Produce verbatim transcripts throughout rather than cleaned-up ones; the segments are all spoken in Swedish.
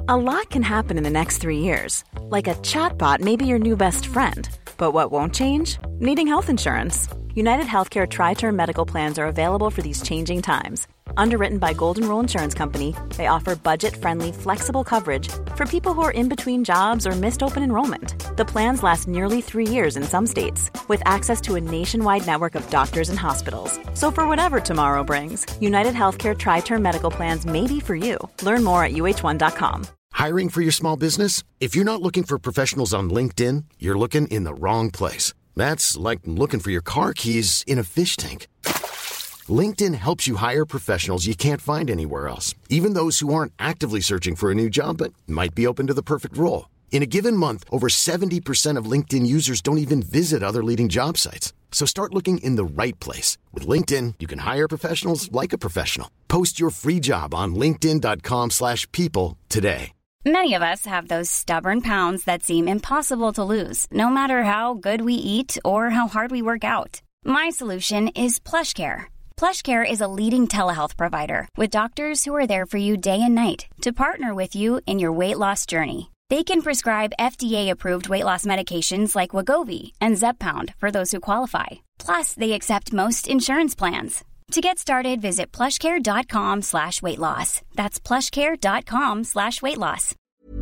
A lot can happen in the next three years. Like a chatbot may be your new best friend. But what won't change? Needing health insurance. United Healthcare Tri-Term Medical Plans are available for these changing times. Underwritten by Golden Rule Insurance Company, they offer budget-friendly, flexible coverage for people who are in between jobs or missed open enrollment. The plans last nearly three years in some states, with access to a nationwide network of doctors and hospitals. So for whatever tomorrow brings, United Healthcare Tri-Term Medical Plans may be for you. Learn more at U H one dot com. Hiring for your small business? If you're not looking for professionals on LinkedIn, you're looking in the wrong place. That's like looking for your car keys in a fish tank. LinkedIn helps you hire professionals you can't find anywhere else, even those who aren't actively searching for a new job but might be open to the perfect role. In a given month, over seventy percent of LinkedIn users don't even visit other leading job sites. So start looking in the right place. With LinkedIn, you can hire professionals like a professional. Post your free job on linkedin dot com slash people today. Many of us have those stubborn pounds that seem impossible to lose, no matter how good we eat or how hard we work out. My solution is PlushCare. PlushCare is a leading telehealth provider with doctors who are there for you day and night to partner with you in your weight loss journey. They can prescribe F D A-approved weight loss medications like Wegovy and Zepbound for those who qualify. Plus, they accept most insurance plans. To get started, visit plushcare.com slash weight loss. That's plushcare.com slash weight loss.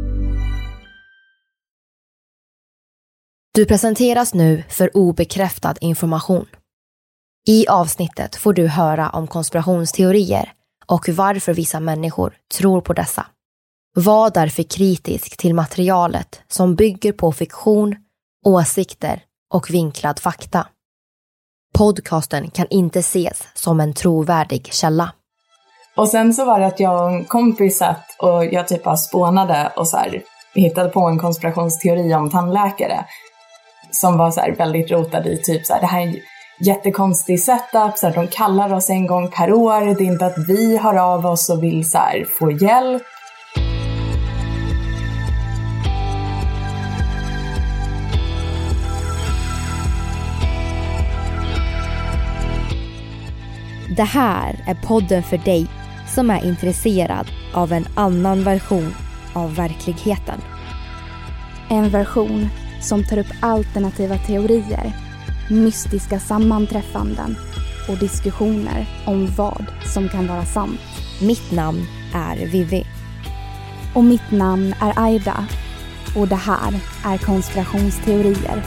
Du presenteras nu för obekräftad information. I avsnittet får du höra om konspirationsteorier och varför vissa människor tror på dessa. Var därför kritisk till materialet som bygger på fiktion, åsikter och vinklad fakta. Podcasten kan inte ses som en trovärdig källa. Och sen så var det att jag och en kompis satt och jag typ bara spånade och så här hittade på en konspirationsteori om tandläkare som var så här väldigt rotad i typ så här, det här är en jättekonstig setup, så här, de kallar oss en gång per år, det är inte att vi hör av oss och vill så här få hjälp. Det här är podden för dig som är intresserad av en annan version av verkligheten. En version som tar upp alternativa teorier, mystiska sammanträffanden och diskussioner om vad som kan vara sant. Mitt namn är Vivi. Och mitt namn är Aida. Och det här är konspirationsteorier.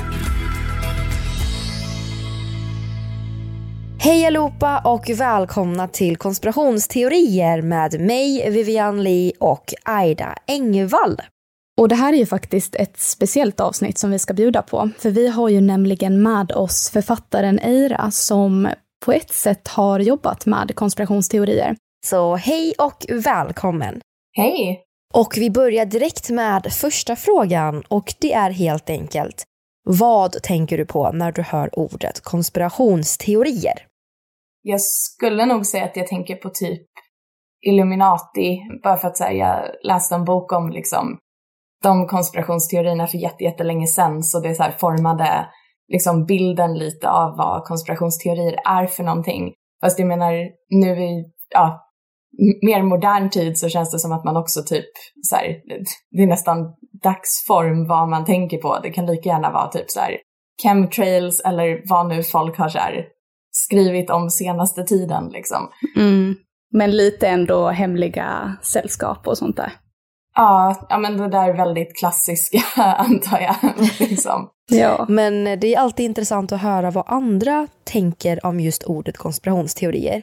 Hej allihopa och välkomna till konspirationsteorier med mig, Vivian Lee och Aida Engvall. Och det här är ju faktiskt ett speciellt avsnitt som vi ska bjuda på. För vi har ju nämligen med oss författaren Eira som på ett sätt har jobbat med konspirationsteorier. Så hej och välkommen. Hej! Och vi börjar direkt med första frågan och det är helt enkelt. Vad tänker du på när du hör ordet konspirationsteorier? Jag skulle nog säga att jag tänker på typ Illuminati. Bara för att så här, jag läste en bok om liksom, de konspirationsteorierna för jätte, jättelänge sedan. Så det så här, formade liksom, bilden lite av vad konspirationsteorier är för någonting. Fast jag menar nu i ja, mer modern tid så känns det som att man också typ så här, det är nästan dagsform vad man tänker på. Det kan lika gärna vara typ så här chemtrails eller vad nu folk har så här skrivit om senaste tiden liksom. Mm. Men lite ändå hemliga sällskap och sånt där. Ja, ja men det där är väldigt klassiska antar jag. liksom. Ja. Men det är alltid intressant att höra vad andra tänker om just ordet konspirationsteorier.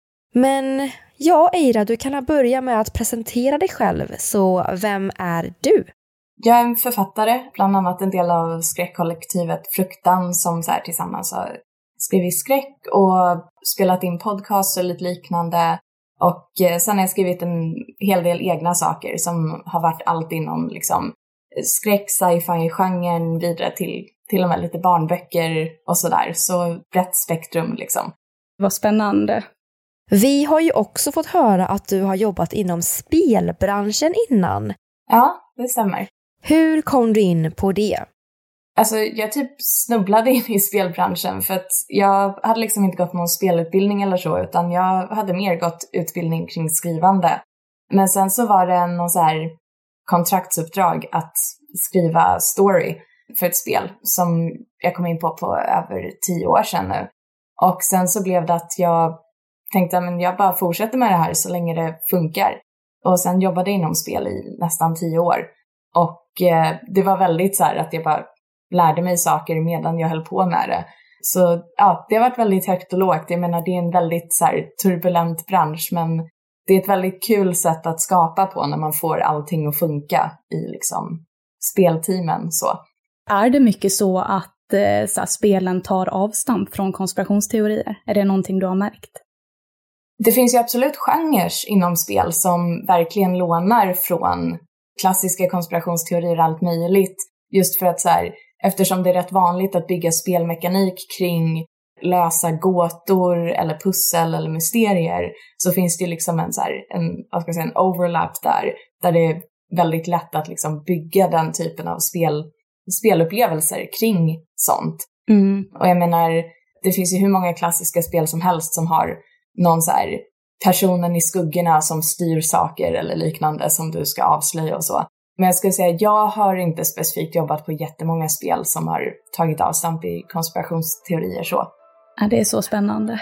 Men ja, Eira, du kan börja med att presentera dig själv. Så vem är du? Jag är en författare, bland annat en del av skräckkollektivet Fruktan som så här tillsammans har skrivit skräck och spelat in podcast och lite liknande. Och sen har jag skrivit en hel del egna saker som har varit allt inom liksom, skräck, sci-fi-genren, vidare till till och med lite barnböcker och sådär. Så brett spektrum liksom. Vad spännande. Vi har ju också fått höra att du har jobbat inom spelbranschen innan. Ja, det stämmer. Hur kom du in på det? Alltså jag typ snubblade in i spelbranschen för att jag hade liksom inte gått någon spelutbildning eller så, utan jag hade mer gått utbildning kring skrivande. Men sen så var det någon så här kontraktsuppdrag att skriva story för ett spel som jag kom in på på över tio år sedan nu. Och sen så blev det att jag tänkte att jag bara fortsätter med det här så länge det funkar. Och sen jobbade jag inom spel i nästan tio år. Och eh, det var väldigt så här att jag bara lärde mig saker medan jag höll på med det. Så ja, det har varit väldigt högt och lågt. Jag menar, det är en väldigt så här turbulent bransch, men det är ett väldigt kul sätt att skapa på när man får allting att funka i liksom spelteamen. Så. Är det mycket så att eh, så här, spelen tar avstamp från konspirationsteorier? Är det någonting du har märkt? Det finns ju absolut genrer inom spel som verkligen lånar från klassiska konspirationsteorier och allt möjligt. Just för att så här, eftersom det är rätt vanligt att bygga spelmekanik kring lösa gåtor eller pussel eller mysterier, så finns det liksom en, så här, en, vad ska jag säga, en overlap där, där det är väldigt lätt att liksom bygga den typen av spel, spelupplevelser kring sånt. Mm. Och jag menar, det finns ju hur många klassiska spel som helst som har någon så här personen i skuggorna som styr saker eller liknande som du ska avslöja och så. Men jag skulle säga, jag har inte specifikt jobbat på jättemånga spel som har tagit avstamp i konspirationsteorier så. Ja, det är så spännande.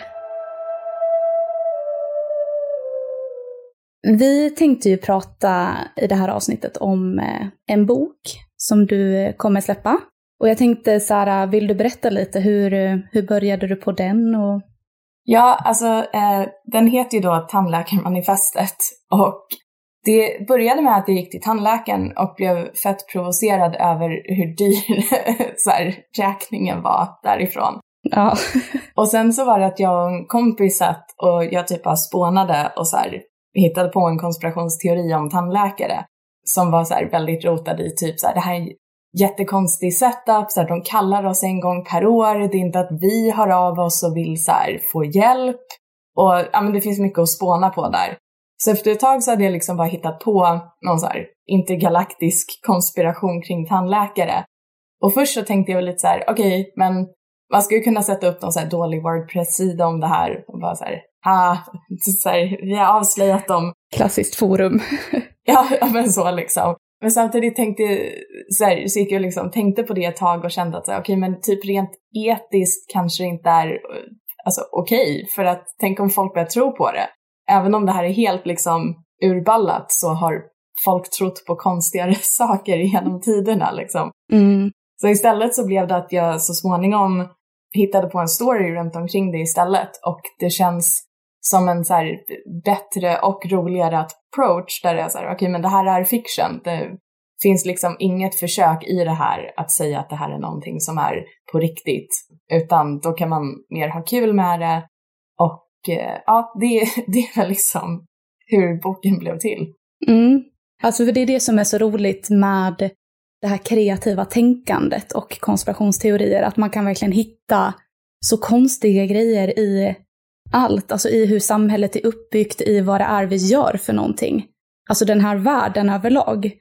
Vi tänkte ju prata i det här avsnittet om en bok som du kommer släppa. Och jag tänkte, Sara, vill du berätta lite hur, hur började du på den? Och... Ja, alltså eh, den heter ju då Tandläkarmanifestet, och det började med att jag gick till tandläkaren och blev fett provocerad över hur dyr så här, räkningen var därifrån. Ja. Och sen så var det att jag och en kompis satt och jag typ bara spånade och så här, hittade på en konspirationsteori om tandläkare som var så här väldigt rotad i typ så här, det här är jättekonstig setup, så här, de kallar oss en gång per år, det är inte att vi hör av oss och vill så här, få hjälp, och ja, men det finns mycket att spåna på där. Så efter ett tag så hade jag liksom bara hittat på någon så här intergalaktisk konspiration kring tandläkare. Och först så tänkte jag väl lite så här, okej, okay, men man skulle kunna sätta upp någon så här dålig WordPress-sida om det här och bara så här, ah, så här, vi har avslöjat dem. Klassiskt forum. ja, ja, men så liksom. Men samtidigt tänkte så, här, så gick jag liksom tänkte på det ett tag och kände att okej, okay, men typ rent etiskt kanske inte är alltså okej, okay, för att tänk om folk börjar tro på det. Även om det här är helt liksom urballat så har folk trott på konstigare saker genom tiderna liksom. Mm. Så istället så blev det att jag så småningom hittade på en story runt omkring det istället, och det känns som en så här bättre och roligare approach där det är så här, okej, okay, men det här är fiction. Det finns liksom inget försök i det här att säga att det här är någonting som är på riktigt, utan då kan man mer ha kul med det. Och ja, det, det är väl liksom hur boken blev till. Mm. Alltså för det är det som är så roligt med det här kreativa tänkandet och konspirationsteorier, att man kan verkligen hitta så konstiga grejer i allt, alltså i hur samhället är uppbyggt, i vad det är vi gör för någonting. Alltså den här världen överlag.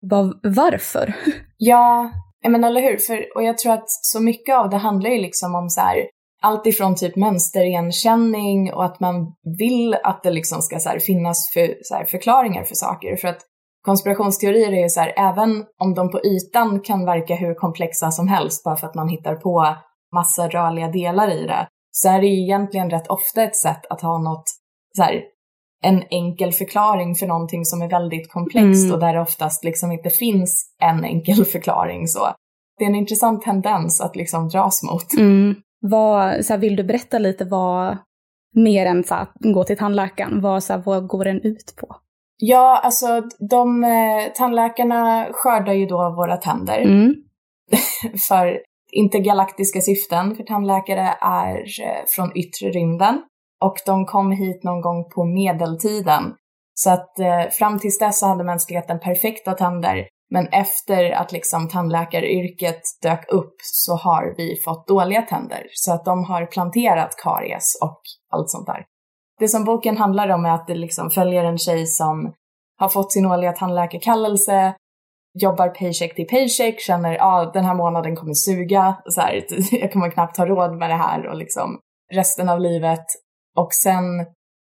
Varför? Ja, men eller hur? För, och jag tror att så mycket av det handlar ju liksom om så här, allt ifrån typ mönsterigenkänning och att man vill att det liksom ska så här finnas för, så här förklaringar för saker. För att konspirationsteorier är ju så här, även om de på ytan kan verka hur komplexa som helst bara för att man hittar på massa rörliga delar i det, så är det ju egentligen rätt ofta ett sätt att ha något så här, en enkel förklaring för någonting som är väldigt komplext mm. och där det oftast liksom inte finns en enkel förklaring. Så det är en intressant tendens att liksom dras mot. Mm. Vad, så här, vill du berätta lite vad mer än så här, gå till tandläkaren, vad, så här, vad går den ut på? Ja, alltså de eh, tandläkarna skördar ju då våra tänder mm. för intergalaktiska syften, för tandläkare är eh, från yttre rymden och de kom hit någon gång på medeltiden. Så att eh, fram tills dess så hade mänskligheten perfekta tänder, men efter att liksom tandläkaryrket dök upp så har vi fått dåliga tänder, så att de har planterat karies och allt sånt där. Det som boken handlar om är att det liksom följer en tjej som har fått sin årliga tandläkarkallelse, jobbar paycheck till paycheck, känner att ah, den här månaden kommer suga, så här, jag kommer knappt ha råd med det här och liksom resten av livet. Och sen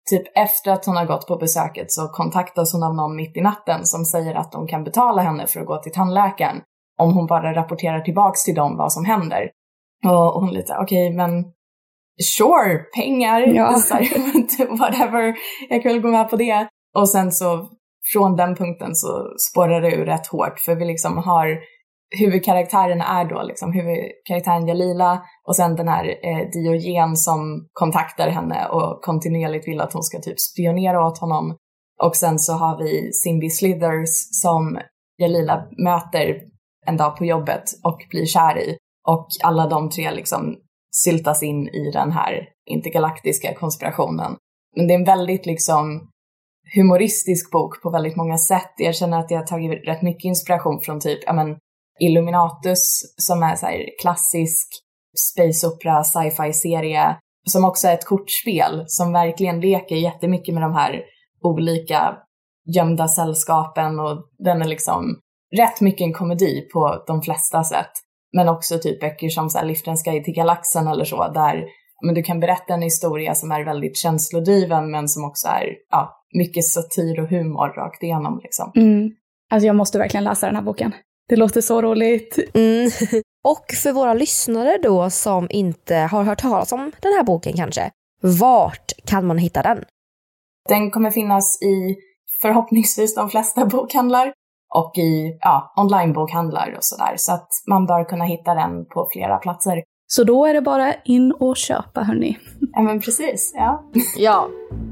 typ efter att hon har gått på besöket så kontaktas hon av någon mitt i natten som säger att de kan betala henne för att gå till tandläkaren om hon bara rapporterar tillbaks till dem vad som händer. Och hon lite, okej, okay, men sure, pengar, ja. Så här, whatever, jag kan väl gå med på det. Och sen så från den punkten så spårar det ur rätt hårt, för vi liksom har huvudkaraktären är då liksom huvudkaraktären Jalila och sen den här eh, Diogen som kontaktar henne och kontinuerligt vill att hon ska typ spionera åt honom. Och sen så har vi Cindy Slithers som Jalila möter en dag på jobbet och blir kär i. Och alla de tre liksom syltas in i den här intergalaktiska konspirationen. Men det är en väldigt liksom humoristisk bok på väldigt många sätt. Jag känner att jag har tagit rätt mycket inspiration från typ ja, men Illuminatus som är så här klassisk space opera sci-fi serie som också är ett kortspel som verkligen leker jättemycket med de här olika gömda sällskapen, och den är liksom rätt mycket en komedi på de flesta sätt. Men också typ böcker som så här Liftens guide till galaxen eller så, där men du kan berätta en historia som är väldigt känslodriven men som också är ja, mycket satir och humor rakt igenom liksom. Mm. Alltså jag måste verkligen läsa den här boken. Det låter så roligt. Mm. Och för våra lyssnare då som inte har hört talas om den här boken kanske, vart kan man hitta den? Den kommer finnas i förhoppningsvis de flesta bokhandlar och i ja, onlinebokhandlar och sådär. Så att man bör kunna hitta den på flera platser. Så då är det bara in och köpa, hörni. Ja men precis, ja. Ja.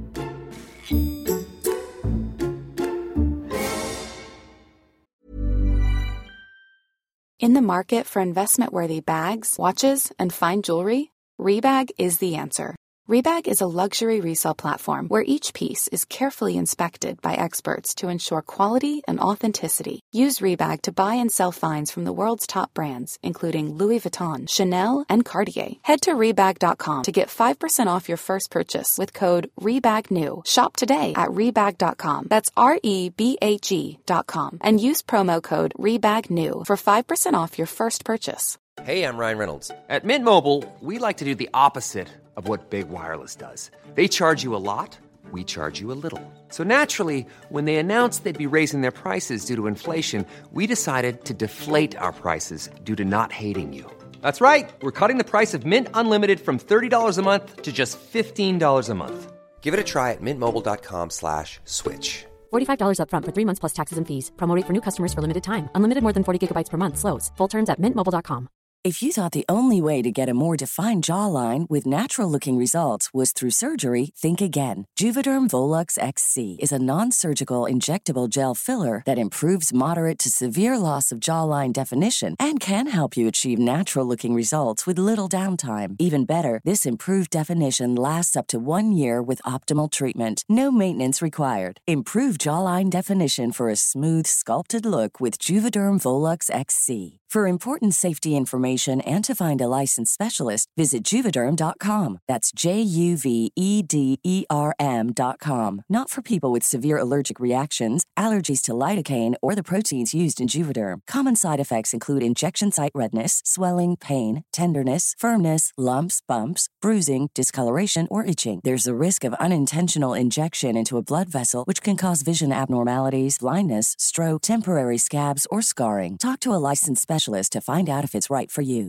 In the market for investment-worthy bags, watches, and fine jewelry, Rebag is the answer. Rebag is a luxury resale platform where each piece is carefully inspected by experts to ensure quality and authenticity. Use Rebag to buy and sell finds from the world's top brands, including Louis Vuitton, Chanel, and Cartier. Head to Rebag dot com to get five percent off your first purchase with code REBAGNEW. Shop today at Rebag dot com. That's R E B A G dot com. And use promo code REBAGNEW for five percent off your first purchase. Hey, I'm Ryan Reynolds. At Mint Mobile, we like to do the opposite of what Big Wireless does. They charge you a lot, we charge you a little. So naturally, when they announced they'd be raising their prices due to inflation, we decided to deflate our prices due to not hating you. That's right. We're cutting the price of Mint Unlimited from thirty dollars a month to just fifteen dollars a month. Give it a try at mintmobile.com slash switch. forty-five dollars up front for three months plus taxes and fees. Promo rate for new customers for limited time. Unlimited more than forty gigabytes per month. Slows full terms at mint mobile dot com. If you thought the only way to get a more defined jawline with natural-looking results was through surgery, think again. Juvederm Volux X C is a non-surgical injectable gel filler that improves moderate to severe loss of jawline definition and can help you achieve natural-looking results with little downtime. Even better, this improved definition lasts up to one year with optimal treatment. No maintenance required. Improve jawline definition for a smooth, sculpted look with Juvederm Volux X C. For important safety information and to find a licensed specialist, visit Juvederm dot com. That's J U V E D E R M dot com. Not for people with severe allergic reactions, allergies to lidocaine, or the proteins used in Juvederm. Common side effects include injection site redness, swelling, pain, tenderness, firmness, lumps, bumps, bruising, discoloration, or itching. There's a risk of unintentional injection into a blood vessel, which can cause vision abnormalities, blindness, stroke, temporary scabs, or scarring. Talk to a licensed specialist to find out if it's right for you.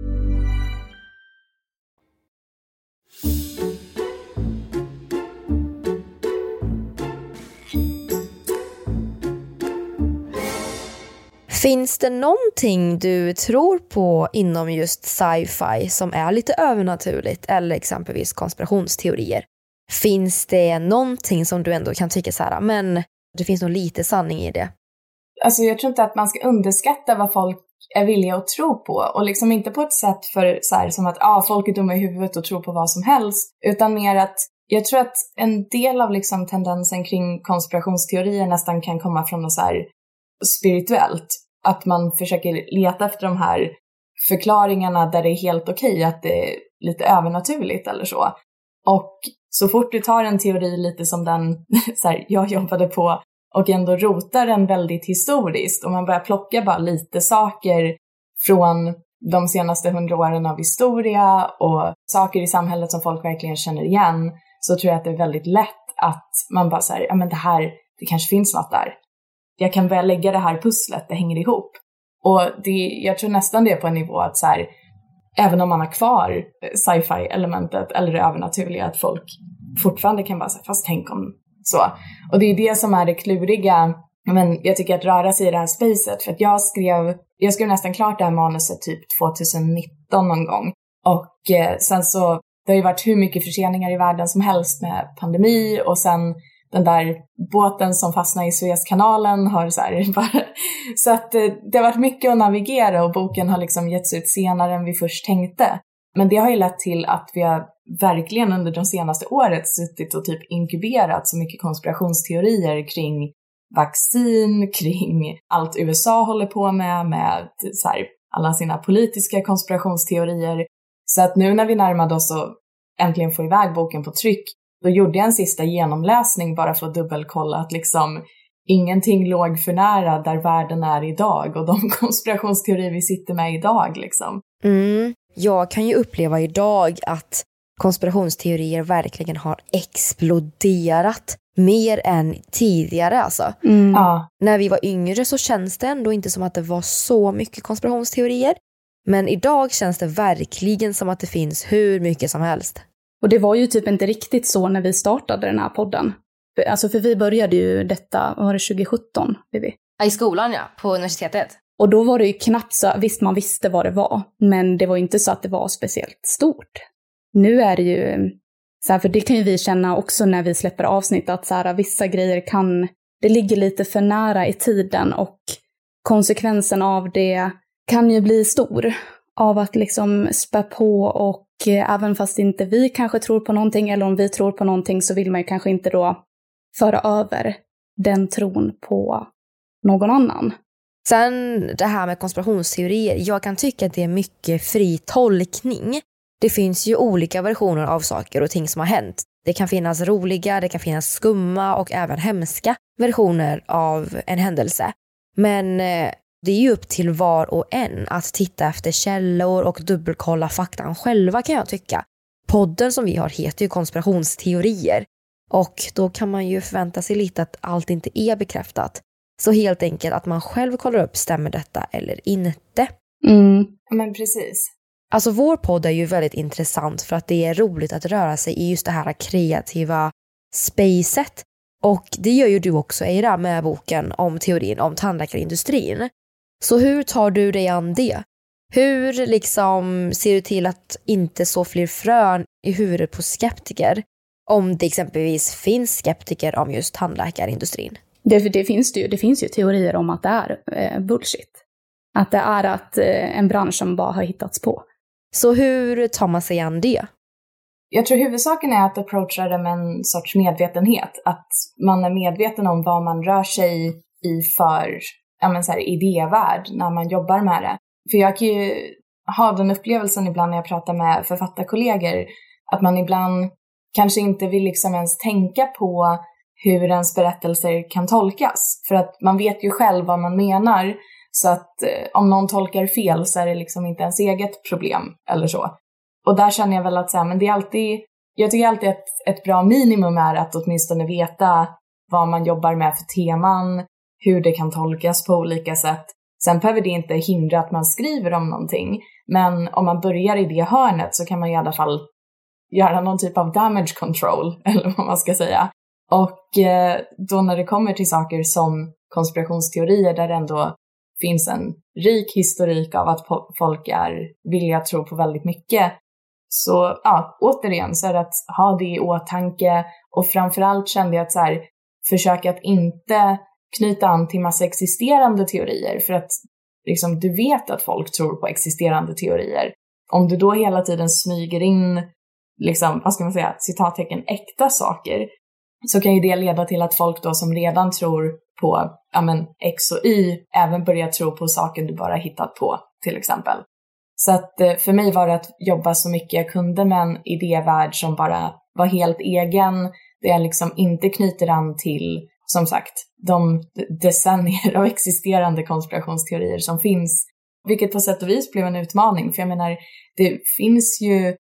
Finns det någonting du tror på inom just sci-fi som är lite övernaturligt eller exempelvis konspirationsteorier? Finns det någonting som du ändå kan tycka så här, men det finns nog lite sanning i det? Alltså jag tror inte att man ska underskatta vad folk är villiga att tro på. Och liksom inte på ett sätt för så här, som att ah, folk är dumma i huvudet och tror på vad som helst. Utan mer att jag tror att en del av liksom tendensen kring konspirationsteorier nästan kan komma från något så här spirituellt. Att man försöker leta efter de här förklaringarna där det är helt okej att det är lite övernaturligt eller så. Och så fort du tar en teori lite som den så här, jag jobbade på och ändå rotar den väldigt historiskt och man börjar plocka bara lite saker från de senaste hundra åren av historia och saker i samhället som folk verkligen känner igen, så tror jag att det är väldigt lätt att man bara säger, ja men det här, det kanske finns något där. Jag kan väl lägga det här pusslet, det hänger ihop. Och det, jag tror nästan det är på en nivå att så här, även om man har kvar sci-fi elementet eller det övernaturliga, att folk fortfarande kan bara säga, fast tänk om så. Och det är det som är det kluriga. Men jag tycker att röra sig i det här spacet, för att jag skrev, jag skrev nästan klart det här manuset typ tjugonitton någon gång. Och eh, sen så, det har ju varit hur mycket förseningar i världen som helst med pandemi, och sen den där båten som fastnade i Suezkanalen har så här bara, så att eh, det har varit mycket att navigera, och boken har liksom getts ut senare än vi först tänkte. Men det har ju lett till att vi har verkligen under de senaste året suttit och typ inkuberat så mycket konspirationsteorier kring vaccin, kring allt U S A håller på med, med så här, alla sina politiska konspirationsteorier. Så att nu när vi närmade oss och äntligen få iväg boken på tryck, då gjorde jag en sista genomläsning bara för att dubbelkolla att liksom ingenting låg för nära där världen är idag och de konspirationsteorier vi sitter med idag liksom. Mm. Jag kan ju uppleva idag att konspirationsteorier verkligen har exploderat mer än tidigare alltså. Mm. Ja. När vi var yngre så känns det ändå inte som att det var så mycket konspirationsteorier. Men idag känns det verkligen som att det finns hur mycket som helst. Och det var ju typ inte riktigt så när vi startade den här podden. Alltså för vi började ju detta, var det tjugosjutton? Vivi? I skolan ja, på universitetet. Och då var det ju knappt så, visst man visste vad det var. Men det var inte så att det var speciellt stort. Nu är det ju, så här, för det kan ju vi känna också när vi släpper avsnitt, att så här, vissa grejer kan, det ligger lite för nära i tiden och konsekvensen av det kan ju bli stor. Av att liksom spä på, och eh, även fast inte vi kanske tror på någonting, eller om vi tror på någonting, så vill man ju kanske inte då föra över den tron på någon annan. Sen det här med konspirationsteorier, jag kan tycka att det är mycket fri tolkning. Det finns ju olika versioner av saker och ting som har hänt. Det kan finnas roliga, det kan finnas skumma och även hemska versioner av en händelse. Men eh, det är ju upp till var och en att titta efter källor och dubbelkolla faktan själva, kan jag tycka. Podden som vi har heter ju konspirationsteorier. Och då kan man ju förvänta sig lite att allt inte är bekräftat. Så helt enkelt att man själv kollar upp, stämmer detta eller inte. Mm. Men precis. Alltså vår podd är ju väldigt intressant för att det är roligt att röra sig i just det här kreativa spacet. Och det gör ju du också, Eira, med boken om teorin om tandläkarindustrin. Så hur tar du dig an det? Hur liksom ser du till att inte så fler frön i huvudet på skeptiker, om det exempelvis finns skeptiker om just tandläkarindustrin? Det, det finns det ju. Det finns ju teorier om att det är eh, bullshit. Att det är att eh, en bransch som bara har hittats på. Så hur tar man sig an det? Jag tror huvudsaken är att approacha det med en sorts medvetenhet. Att man är medveten om vad man rör sig i för ja, men så här, idévärld när man jobbar med det. För jag kan ju ha den upplevelsen ibland när jag pratar med författarkollegor, att man ibland kanske inte vill liksom ens tänka på hur ens berättelser kan tolkas. För att man vet ju själv vad man menar. Så att eh, om någon tolkar fel så är det liksom inte ens eget problem eller så. Och där känner jag väl att så här, men det är alltid, jag tycker alltid att ett bra minimum är att åtminstone veta vad man jobbar med för teman, hur det kan tolkas på olika sätt. Sen behöver det inte hindra att man skriver om någonting. Men om man börjar i det hörnet så kan man i alla fall göra någon typ av damage control, eller vad man ska säga. Och eh, då när det kommer till saker som konspirationsteorier där det ändå finns en rik historik av att po- folk är villiga att tro på väldigt mycket. Så ja, återigen så är det att ha det i åtanke, och framförallt kände jag att så här, försöka att inte knyta an till massa existerande teorier, för att liksom, du vet att folk tror på existerande teorier. Om du då hela tiden smyger in liksom, vad ska man säga, citattecken äkta saker, så kan ju det leda till att folk då som redan tror på ja, men X och Y även börjar tro på saker du bara hittat på, till exempel. Så att för mig var det att jobba så mycket jag kunde med en idévärld som bara var helt egen, där jag liksom inte knyter an till, som sagt, de decennier av existerande konspirationsteorier som finns, vilket på sätt och vis blev en utmaning. För jag menar, det finns ju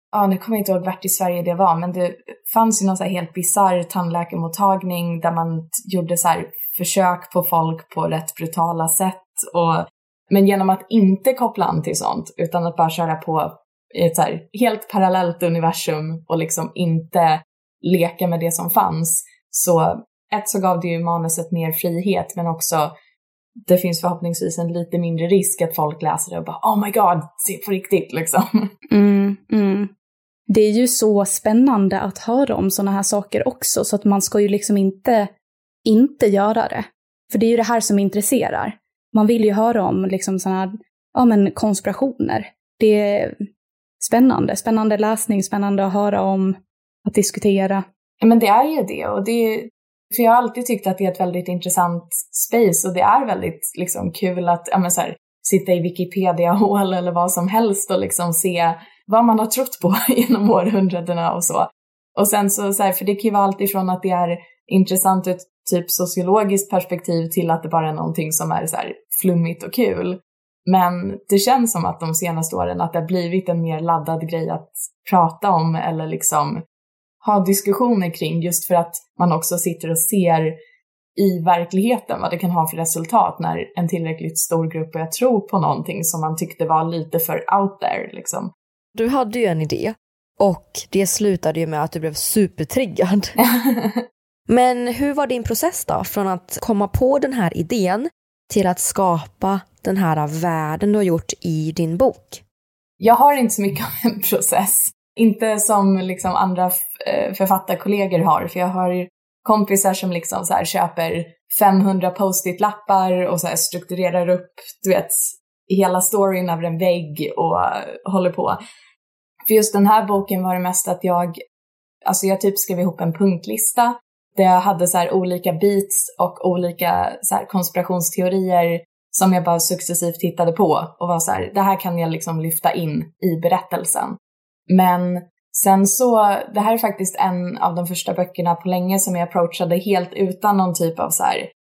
ja, nu kommer jag inte ihåg vart i Sverige det var, men det fanns ju någon så här helt bizarr tandläkarmottagning där man gjorde så här försök på folk på rätt brutala sätt. Och, men genom att inte koppla an till sånt, utan att bara köra på i ett så här helt parallellt universum och liksom inte leka med det som fanns. Så ett så gav det ju manuset mer frihet, men också det finns förhoppningsvis en lite mindre risk att folk läser det och bara oh my god, se på riktigt liksom. Mm, mm. Det är ju så spännande att höra om såna här saker också, så att man ska ju liksom inte inte göra det. För det är ju det här som intresserar. Man vill ju höra om liksom såna här, ja men konspirationer. Det är spännande, spännande läsning, spännande att höra om, att diskutera. Men det är ju det, och det är, för jag har alltid tyckt att det är ett väldigt intressant space, och det är väldigt liksom kul att ja, men så här, sitta i Wikipedia-hål eller vad som helst och liksom se vad man har trott på genom århundradena och så. Och sen så, så här, för det kan ju vara allt ifrån att det är intressant ur ett typ sociologiskt perspektiv till att det bara är någonting som är så här flummigt och kul. Men det känns som att de senaste åren att det har blivit en mer laddad grej att prata om eller liksom ha diskussioner kring, just för att man också sitter och ser i verkligheten vad det kan ha för resultat när en tillräckligt stor grupp börjar tro på någonting som man tyckte var lite för out there liksom. Du hade ju en idé och det slutade ju med att du blev supertriggad. Men hur var din process då? Från att komma på den här idén till att skapa den här världen du har gjort i din bok? Jag har inte så mycket av en process. Inte som liksom andra författarkollegor har. För jag har kompisar som liksom så här köper femhundra post-it-lappar och så här strukturerar upp, du vet, hela storyn över en vägg och håller på. För just den här boken var det mest att jag, alltså jag typ skrev ihop en punktlista där jag hade så här olika beats och olika så här konspirationsteorier som jag bara successivt tittade på och var så här, det här kan jag liksom lyfta in i berättelsen. Men sen så, det här är faktiskt en av de första böckerna på länge som jag approachade helt utan någon typ av så här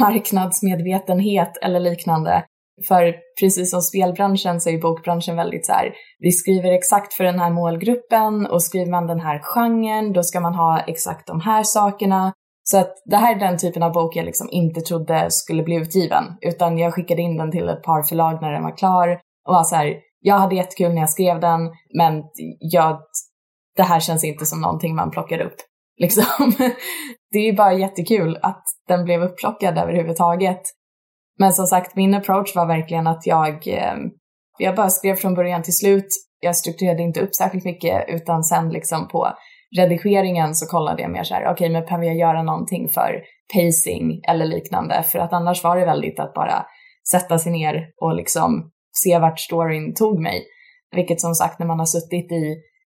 marknadsmedvetenhet eller liknande. För precis som spelbranschen så är bokbranschen väldigt så här, vi skriver exakt för den här målgruppen och skriver man den här genren, då ska man ha exakt de här sakerna. Så att det här är den typen av bok jag liksom inte trodde skulle bli utgiven, utan jag skickade in den till ett par förlag när den var klar och var så här, jag hade jättekul när jag skrev den, men jag, det här känns inte som någonting man plockar upp. Liksom. Det är ju bara jättekul att den blev upplockad överhuvudtaget. Men som sagt, min approach var verkligen att jag, eh, jag bara skrev från början till slut. Jag strukturerade inte upp särskilt mycket, utan sen liksom på redigeringen så kollade jag mer så här, okej, okay, men behöver jag göra någonting för pacing eller liknande? För att annars var det väldigt att bara sätta sig ner och liksom se vart storyn tog mig. Vilket som sagt, när man har suttit i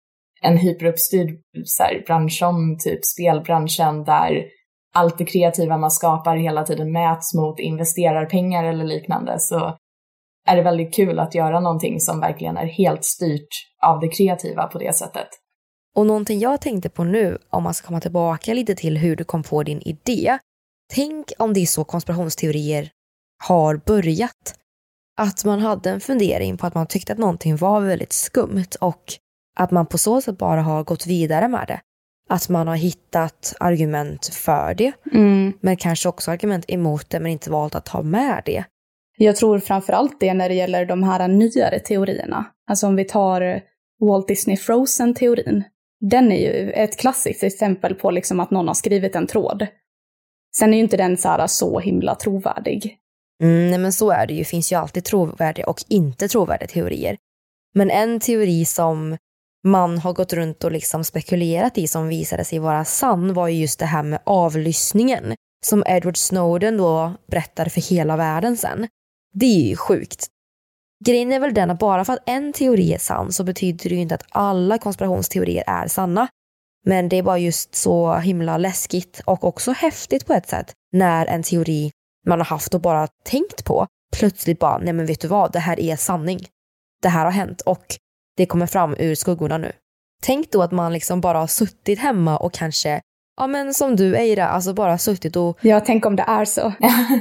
en hyperuppstyrd så här, bransch som typ spelbranschen där allt det kreativa man skapar hela tiden mäts mot investerarpengar eller liknande, så är det väldigt kul att göra någonting som verkligen är helt styrt av det kreativa på det sättet. Och någonting jag tänkte på nu, om man ska komma tillbaka lite till hur du kom på din idé. Tänk om det är så konspirationsteorier har börjat. Att man hade en fundering på att man tyckte att någonting var väldigt skumt och att man på så sätt bara har gått vidare med det. Att man har hittat argument för det, mm. men kanske också argument emot det, men inte valt att ta med det. Jag tror framförallt det när det gäller de här nyare teorierna. Alltså om vi tar Walt Disney Frozen-teorin. Den är ju ett klassiskt exempel på liksom att någon har skrivit en tråd. Sen är ju inte den så här så himla trovärdig. Mm, nej men så är det ju. Finns ju alltid trovärdiga och inte trovärdiga teorier. Men en teori som man har gått runt och liksom spekulerat i som visade sig vara sann var ju just det här med avlyssningen. Som Edward Snowden då berättade för hela världen sen. Det är ju sjukt. Grejen är väl den att bara för att en teori är sann så betyder det ju inte att alla konspirationsteorier är sanna. Men det är bara just så himla läskigt och också häftigt på ett sätt när en teori man har haft och bara tänkt på plötsligt bara, nej men vet du vad, det här är sanning. Det här har hänt och det kommer fram ur skuggorna nu. Tänk då att man liksom bara har suttit hemma och kanske, ja men som du Eira, alltså bara suttit och... Ja, tänk om det är så.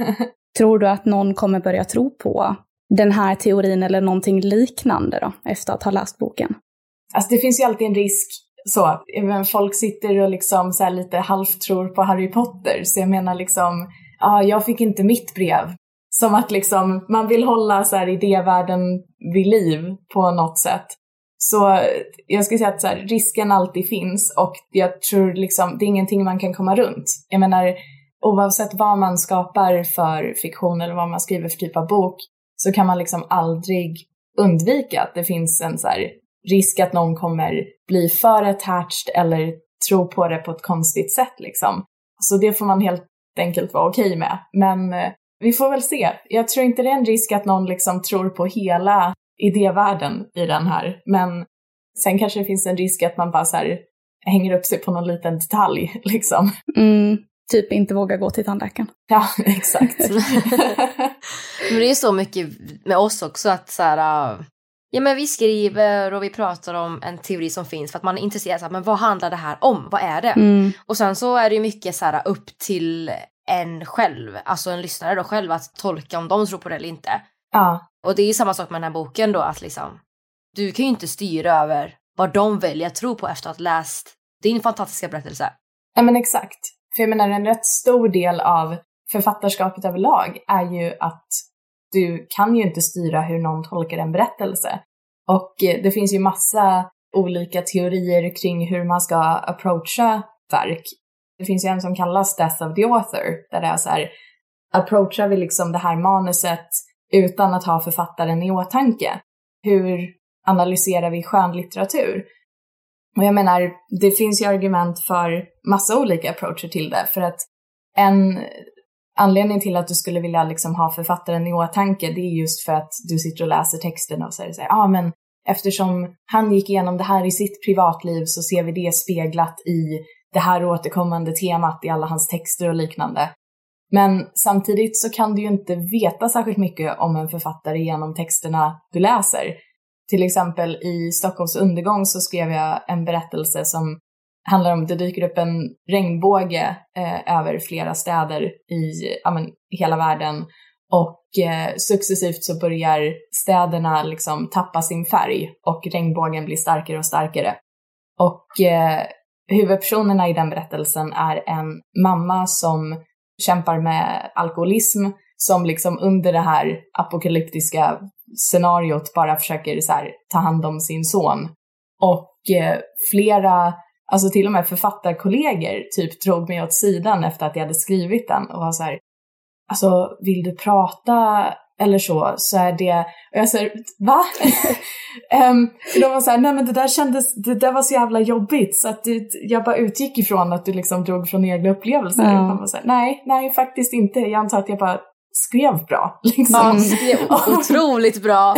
Tror du att någon kommer börja tro på den här teorin eller någonting liknande då, efter att ha läst boken? alltså det finns ju alltid en risk så, även folk sitter och liksom så här lite halvt tror på Harry Potter, så jag menar liksom, ja, ah, jag fick inte mitt brev. Som att liksom, man vill hålla så här idévärlden vid liv på något sätt. Så jag skulle säga att så här, risken alltid finns, och jag tror liksom, det är ingenting man kan komma runt. Jag menar, oavsett vad man skapar för fiktion eller vad man skriver för typ av bok, så kan man liksom aldrig undvika att det finns en så här risk att någon kommer bli för attached eller tro på det på ett konstigt sätt liksom. Så det får man helt enkelt vara okej med. Men eh, vi får väl se. Jag tror inte det är en risk att någon liksom tror på hela idévärlden i den här. Men sen kanske det finns en risk att man bara så här hänger upp sig på någon liten detalj liksom. Mm, typ inte våga gå till tandläkaren. Ja, exakt. Men det är så mycket med oss också att så här, ja men vi skriver och vi pratar om en teori som finns för att man är intresserad så här, men vad handlar det här om? Vad är det? Mm. Och sen så är det ju mycket så här upp till en själv, alltså en lyssnare då själv, att tolka om de tror på det eller inte. Ja. Och det är ju samma sak med den här boken då, att liksom du kan ju inte styra över vad de väljer att tro på efter att ha läst din fantastiska berättelse. Ja men exakt. För jag menar, en rätt stor del av författarskapet överlag är ju att du kan ju inte styra hur någon tolkar en berättelse. Och det finns ju massa olika teorier kring hur man ska approacha verk. Det finns ju en som kallas Death of the Author, där det är så här, approachar vi liksom det här manuset utan att ha författaren i åtanke? Hur analyserar vi skönlitteratur? Och jag menar, det finns ju argument för massa olika approacher till det. För att en anledning till att du skulle vilja liksom ha författaren i åtanke, det är just för att du sitter och läser texten och säger så här, ja ah, men eftersom han gick igenom det här i sitt privatliv så ser vi det speglat i det här återkommande temat i alla hans texter och liknande. Men samtidigt så kan du ju inte veta särskilt mycket om en författare genom texterna du läser. Till exempel i Stockholms undergång så skrev jag en berättelse som handlar om att det dyker upp en regnbåge eh, över flera städer i ja, men, hela världen. Och eh, successivt så börjar städerna liksom tappa sin färg och regnbågen blir starkare och starkare. Och eh, huvudpersonerna i den berättelsen är en mamma som kämpar med alkoholism, som liksom under det här apokalyptiska scenariot bara försöker så här, ta hand om sin son. Och eh, flera, alltså till och med författarkollegor typ drog mig åt sidan efter att jag hade skrivit den och var så här, alltså vill du prata eller så, så är det, och jag säger, va? um, de var så här, nej men det där kändes, det där var så jävla jobbigt så att det, jag bara utgick ifrån att du liksom drog från egna upplevelser. Mm. Och man var så här, nej, nej faktiskt inte, jag antar att jag bara skrev bra. Liksom. Ja, skrev otroligt bra.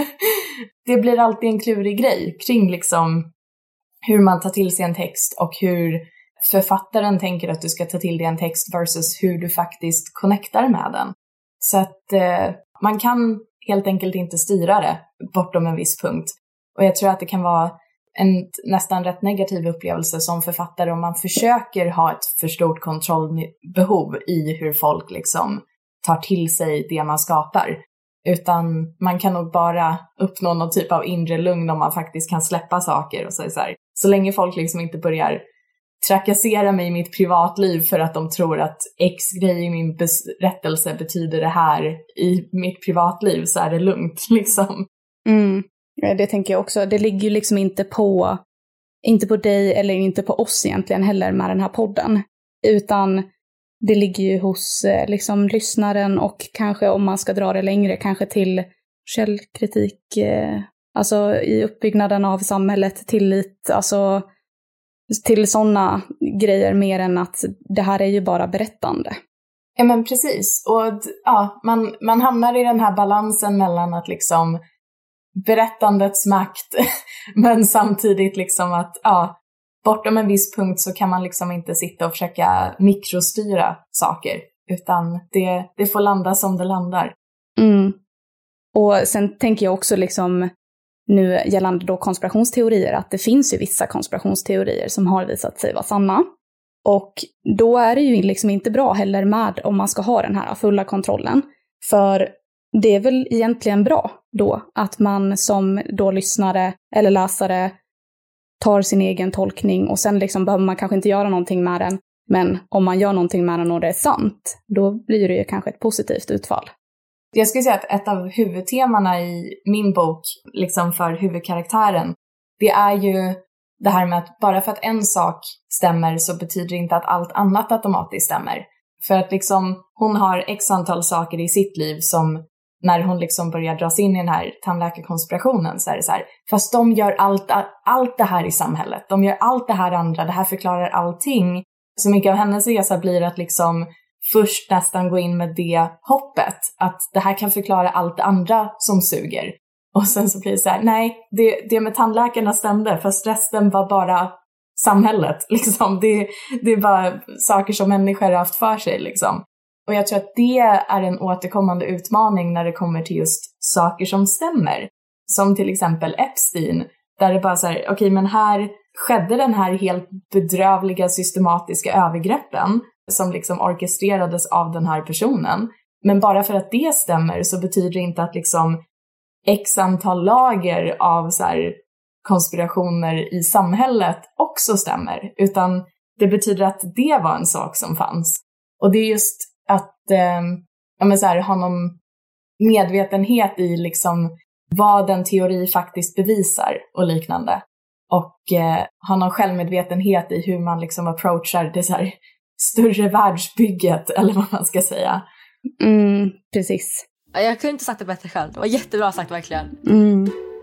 Det blir alltid en klurig grej kring liksom hur man tar till sig en text och hur författaren tänker att du ska ta till dig en text versus hur du faktiskt connectar med den. Så att eh, man kan helt enkelt inte styra det bortom en viss punkt. Och jag tror att det kan vara en nästan rätt negativ upplevelse som författare om man försöker ha ett för stort kontrollbehov i hur folk liksom tar till sig det man skapar. Utan man kan nog bara uppnå någon typ av inre lugn om man faktiskt kan släppa saker. Och så, så, här. Så länge folk liksom inte börjar trakassera mig i mitt privatliv för att de tror att X grej i min berättelse betyder det här i mitt privatliv, så är det lugnt liksom. Mm. Det tänker jag också. Det ligger ju liksom inte på, inte på dig eller inte på oss egentligen heller med den här podden. Utan det ligger ju hos liksom lyssnaren och kanske om man ska dra det längre kanske till källkritik, alltså i uppbyggnaden av samhället, tillit, alltså till sådana grejer mer än att det här är ju bara berättande. Ja men precis, och ja, man, man hamnar i den här balansen mellan att liksom berättandets makt men samtidigt liksom att ja, bortom en viss punkt så kan man liksom inte sitta och försöka mikrostyra saker, utan det, det får landa som det landar. Mm. Och sen tänker jag också liksom nu gällande då konspirationsteorier att det finns ju vissa konspirationsteorier som har visat sig vara sanna. Och då är det ju liksom inte bra heller med om man ska ha den här fulla kontrollen. För det är väl egentligen bra då att man som då lyssnare eller läsare tar sin egen tolkning och sen liksom behöver man kanske inte göra någonting med den. Men om man gör någonting med den och det är sant, då blir det ju kanske ett positivt utfall. Jag skulle säga att ett av huvudtemana i min bok, liksom för huvudkaraktären, det är ju det här med att bara för att en sak stämmer så betyder det inte att allt annat automatiskt stämmer. För att liksom hon har x antal saker i sitt liv som när hon liksom börjar dras in i den här tandläkarkonspirationen så är det så här, fast de gör allt, allt det här i samhället. De gör allt det här andra, det här förklarar allting. Så mycket av hennes resa blir att liksom först nästan gå in med det hoppet. Att det här kan förklara allt det andra som suger. Och sen så blir det så här, nej, det, det med tandläkarna stämde. Fast resten var bara samhället. Liksom. Det, det är bara saker som människor har haft för sig. Liksom. Och jag tror att det är en återkommande utmaning när det kommer till just saker som stämmer. Som till exempel Epstein. Där det bara så här, okej okay, men här skedde den här helt bedrövliga systematiska övergreppen som liksom orkestrerades av den här personen. Men bara för att det stämmer så betyder det inte att liksom x antal lager av så här konspirationer i samhället också stämmer. Utan det betyder att det var en sak som fanns. Och det är just att eh, ja, men så här, ha någon medvetenhet i liksom vad den teori faktiskt bevisar och liknande. Och eh, ha någon självmedvetenhet i hur man liksom approachar det så här större världsbygget, eller vad man ska säga. Mm, precis. Jag kunde inte sagt det bättre själv. Det var jättebra sagt verkligen. Mm.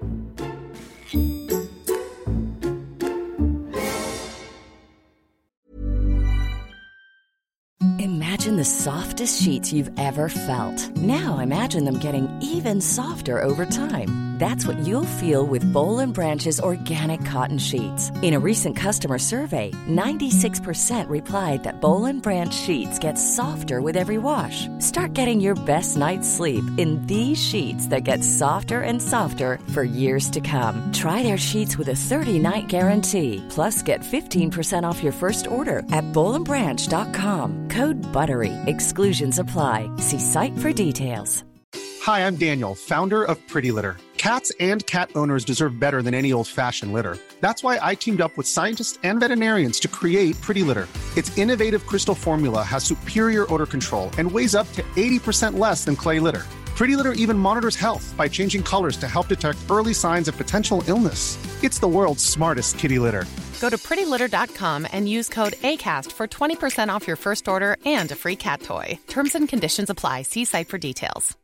Imagine the softest sheets you've ever felt. Now imagine them getting even softer over time. That's what you'll feel with Boll and Branch's organic cotton sheets. In a recent customer survey, ninety-six percent replied that Boll and Branch sheets get softer with every wash. Start getting your best night's sleep in these sheets that get softer and softer for years to come. Try their sheets with a thirty-night guarantee. Plus, get fifteen percent off your first order at boll and branch dot com. Code BUTTERY. Exclusions apply. See site for details. Hi, I'm Daniel, founder of Pretty Litter. Cats and cat owners deserve better than any old-fashioned litter. That's why I teamed up with scientists and veterinarians to create Pretty Litter. Its innovative crystal formula has superior odor control and weighs up to eighty percent less than clay litter. Pretty Litter even monitors health by changing colors to help detect early signs of potential illness. It's the world's smartest kitty litter. Go to pretty litter dot com and use code ACAST for twenty percent off your first order and a free cat toy. Terms and conditions apply. See site for details.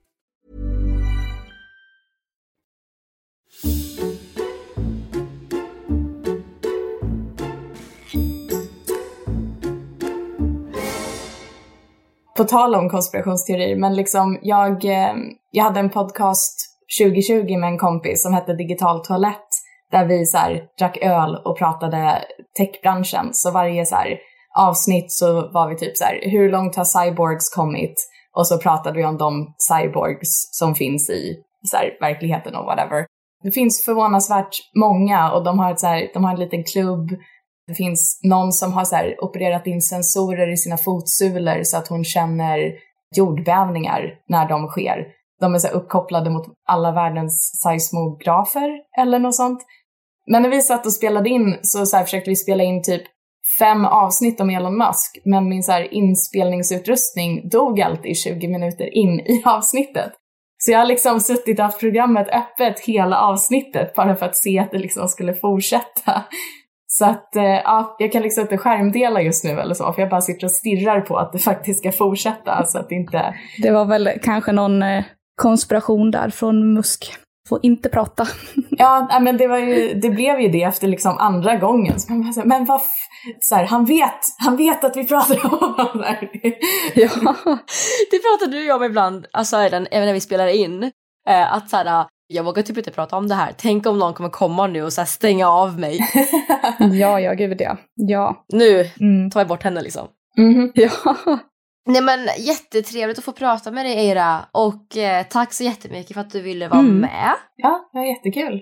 På tal om konspirationsteorier, men liksom jag, jag hade en podcast tjugo tjugo med en kompis som hette Digital Toalett, där vi så här drack öl och pratade techbranschen. Så varje så här avsnitt så var vi typ så här, hur långt har cyborgs kommit? Och så pratade vi om de cyborgs som finns i så här verkligheten och whatever. Det finns förvånansvärt många och de har, ett så här, de har en liten klubb. Det finns någon som har så här opererat in sensorer i sina fotsulor så att hon känner jordbävningar när de sker. De är så här uppkopplade mot alla världens seismografer eller något sånt. Men när vi satt och spelade in så, så här försökte vi spela in typ fem avsnitt om Elon Musk. Men min så här inspelningsutrustning dog alltid tjugo minuter in i avsnittet. Så jag har liksom suttit och haft programmet öppet hela avsnittet bara för att se att det liksom skulle fortsätta. Så att eh, ja, jag kan liksom inte skärmdela just nu eller så. För jag bara sitter och stirrar på att det faktiskt ska fortsätta. Så att det inte... Det var väl kanske någon eh, konspiration där från Musk. Får inte prata. Ja, men det, var ju, det blev ju det efter liksom andra gången. Så man bara så här, men vad f- så här, han vet, han vet att vi pratar om honom. Ja, det pratar du om ibland. Alltså även när vi spelar in. Eh, att så här, jag vågar typ inte prata om det här. Tänk om någon kommer komma nu och så här stänga av mig. ja, ja, gud det. Ja. Nu mm. tar jag bort henne liksom. Mm-hmm. Ja. Nej men jättetrevligt att få prata med dig, Eira. Och eh, tack så jättemycket för att du ville vara mm. med. Ja, det var jättekul.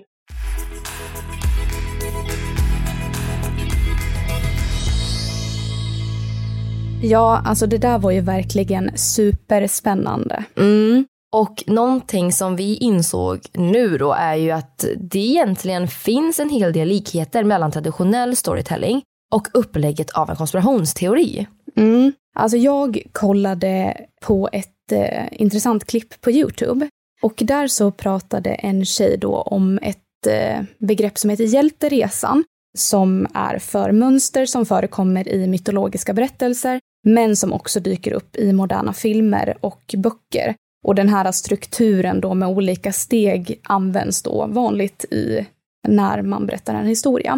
Ja, alltså det där var ju verkligen superspännande. Mm. Och någonting som vi insåg nu då är ju att det egentligen finns en hel del likheter mellan traditionell storytelling och upplägget av en konspirationsteori. Mm. Alltså jag kollade på ett eh, intressant klipp på YouTube. Och där så pratade en tjej då om ett eh, begrepp som heter hjälteresan. Som är för mönster som förekommer i mytologiska berättelser. Men som också dyker upp i moderna filmer och böcker. Och den här strukturen då med olika steg används då vanligt i när man berättar en historia.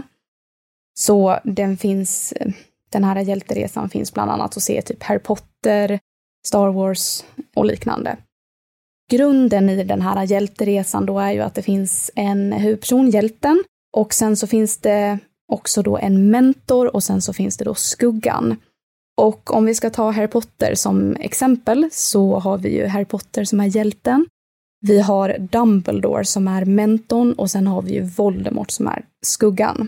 Så den finns, den här hjälteresan finns bland annat att se typ Harry Potter, Star Wars och liknande. Grunden i den här hjälteresan då är ju att det finns en huvudperson, hjälten, och sen så finns det också då en mentor och sen så finns det då skuggan. Och om vi ska ta Harry Potter som exempel så har vi ju Harry Potter som är hjälten. Vi har Dumbledore som är mentorn och sen har vi ju Voldemort som är skuggan.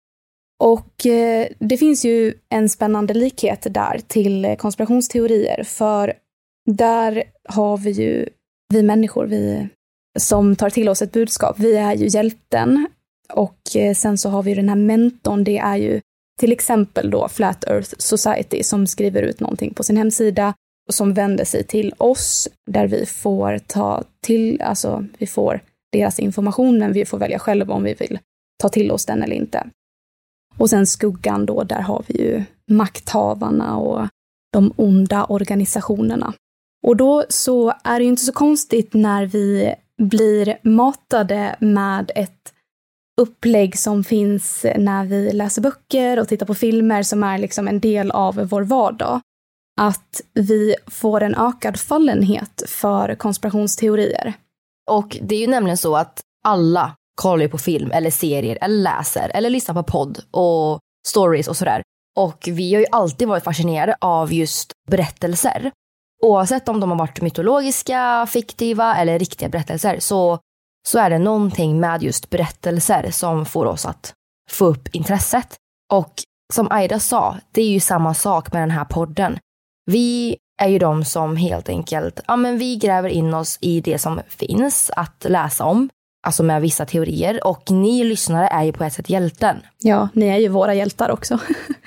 Och eh, det finns ju en spännande likhet där till konspirationsteorier, för där har vi ju vi människor vi, som tar till oss ett budskap. Vi är ju hjälten och eh, sen så har vi den här mentorn, det är ju till exempel då Flat Earth Society som skriver ut någonting på sin hemsida och som vänder sig till oss där vi får ta till, alltså vi får deras information men vi får välja själva om vi vill ta till oss den eller inte. Och sen skuggan då, där har vi ju makthavarna och de onda organisationerna. Och då så är det ju inte så konstigt när vi blir matade med ett upplägg som finns när vi läser böcker och tittar på filmer som är liksom en del av vår vardag. Att vi får en ökad fallenhet för konspirationsteorier. Och det är ju nämligen så att alla kollar på film eller serier eller läser eller lyssnar på podd och stories och sådär. Och vi har ju alltid varit fascinerade av just berättelser. Oavsett om de har varit mytologiska, fiktiva eller riktiga berättelser så, så är det någonting med just berättelser som får oss att få upp intresset. Och som Aida sa, det är ju samma sak med den här podden. Vi är ju de som helt enkelt, ja men vi gräver in oss i det som finns att läsa om. Alltså med vissa teorier. Och ni lyssnare är ju på ett sätt hjälten. Ja, ni är ju våra hjältar också.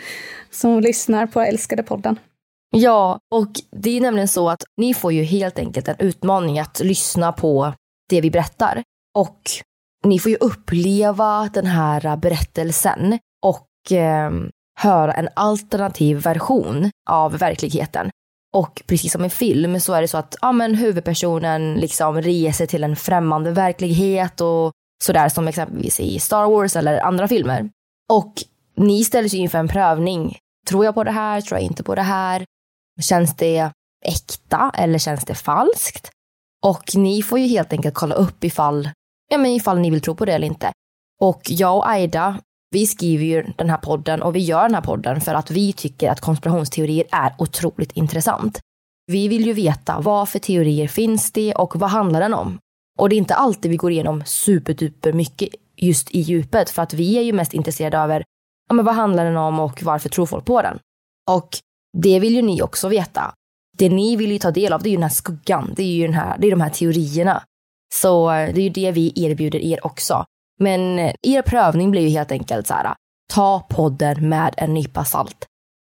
Som lyssnar på älskade podden. Ja, och det är nämligen så att ni får ju helt enkelt en utmaning att lyssna på det vi berättar. Och ni får ju uppleva den här berättelsen och eh, höra en alternativ version av verkligheten. Och precis som i film så är det så att ja, men huvudpersonen liksom reser till en främmande verklighet och sådär som exempelvis i Star Wars eller andra filmer. Och ni ställs ju inför en prövning. Tror jag på det här? Tror jag inte på det här? Känns det äkta eller känns det falskt? Och ni får ju helt enkelt kolla upp ifall, ja, men ifall ni vill tro på det eller inte. Och jag och Aida, vi skriver ju den här podden och vi gör den här podden för att vi tycker att konspirationsteorier är otroligt intressant. Vi vill ju veta vad för teorier finns det och vad handlar den om. Och det är inte alltid vi går igenom superduper mycket just i djupet för att vi är ju mest intresserade över ja, men vad handlar den om och varför tror folk på den. Och det vill ju ni också veta. Det ni vill ju ta del av det är ju den här skuggan, det är ju den här, det är de här teorierna. Så det är ju det vi erbjuder er också. Men er prövning blir ju helt enkelt så här: ta podden med en nypa salt.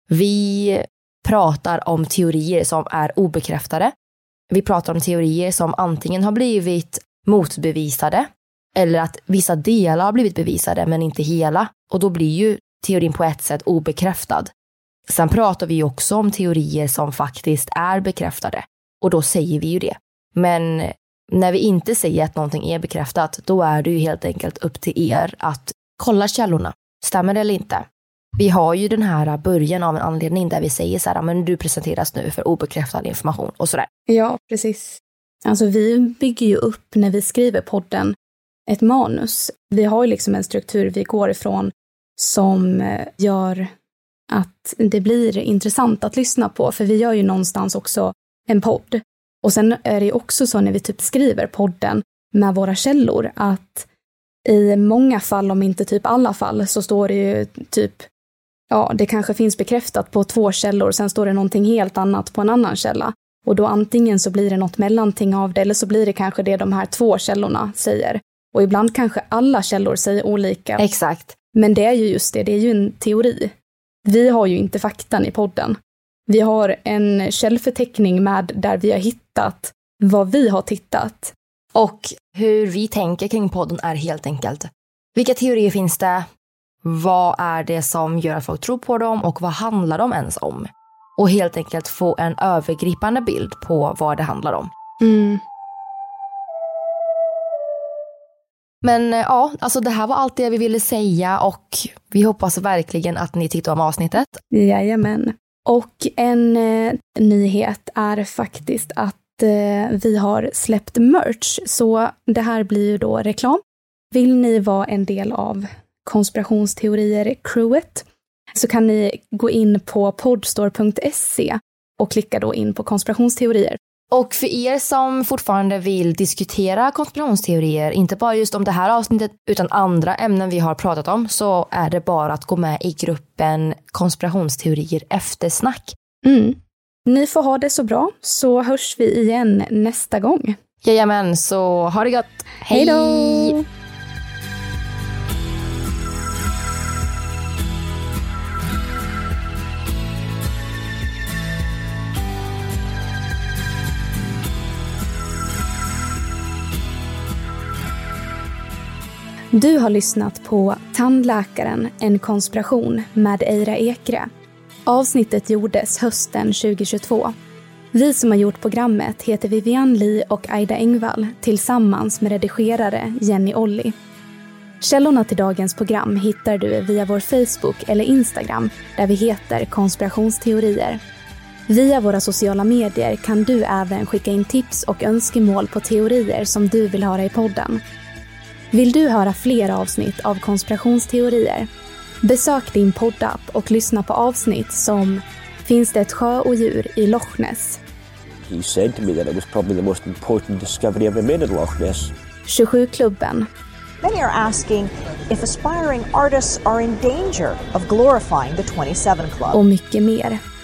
Vi pratar om teorier som är obekräftade. Vi pratar om teorier som antingen har blivit motbevisade eller att vissa delar har blivit bevisade men inte hela. Och då blir ju teorin på ett sätt obekräftad. Sen pratar vi också om teorier som faktiskt är bekräftade. Och då säger vi ju det. Men när vi inte säger att någonting är bekräftat, då är det ju helt enkelt upp till er att kolla källorna. Stämmer det eller inte? Vi har ju den här början av en anledning där vi säger så här, men du presenteras nu för obekräftad information och sådär. Ja, precis. Alltså vi bygger ju upp när vi skriver podden ett manus. Vi har ju liksom en struktur vi går ifrån som gör att det blir intressant att lyssna på. För vi gör ju någonstans också en podd. Och sen är det också så när vi typ skriver podden med våra källor att i många fall, om inte typ alla fall, så står det ju typ, ja, det kanske finns bekräftat på två källor, sen står det någonting helt annat på en annan källa. Och då antingen så blir det något mellanting av det, eller så blir det kanske det de här två källorna säger. Och ibland kanske alla källor säger olika. Exakt. Men det är ju just det, det är ju en teori. Vi har ju inte faktan i podden. Vi har en källförteckning med där vi har hittat vad vi har tittat. Och hur vi tänker kring podden är helt enkelt: vilka teorier finns det? Vad är det som gör att folk tror på dem? Och vad handlar de ens om? Och helt enkelt få en övergripande bild på vad det handlar om. Mm. Men ja, alltså det här var allt det vi ville säga, och vi hoppas verkligen att ni tittar om avsnittet. Jajamän. Och en eh, nyhet är faktiskt att eh, vi har släppt merch, så det här blir ju då reklam. Vill ni vara en del av konspirationsteorier-crewet så kan ni gå in på podstore punkt se och klicka då in på konspirationsteorier. Och för er som fortfarande vill diskutera konspirationsteorier, inte bara just om det här avsnittet utan andra ämnen vi har pratat om, så är det bara att gå med i gruppen konspirationsteorier eftersnack. Mm. Ni får ha det så bra, så hörs vi igen nästa gång. Jajamän, så ha det gott. Hej då! Du har lyssnat på Tandläkaren, en konspiration med Eira Ekre. Avsnittet gjordes hösten tjugohundratjugotvå. Vi som har gjort programmet heter Vivian Lee och Aida Engvall tillsammans med redigerare Jenny Olli. Källorna till dagens program hittar du via vår Facebook eller Instagram där vi heter konspirationsteorier. Via våra sociala medier kan du även skicka in tips och önskemål på teorier som du vill höra i podden. Vill du höra fler avsnitt av konspirationsteorier? Besök din poddapp och lyssna på avsnitt som Finns det ett sjöodjur i Loch Ness? He said to me that it was probably the most important discovery ever made in Loch Ness. tjugosju-klubben. Many are asking if aspiring artists are in danger of glorifying the twenty-seven Club. Och mycket mer.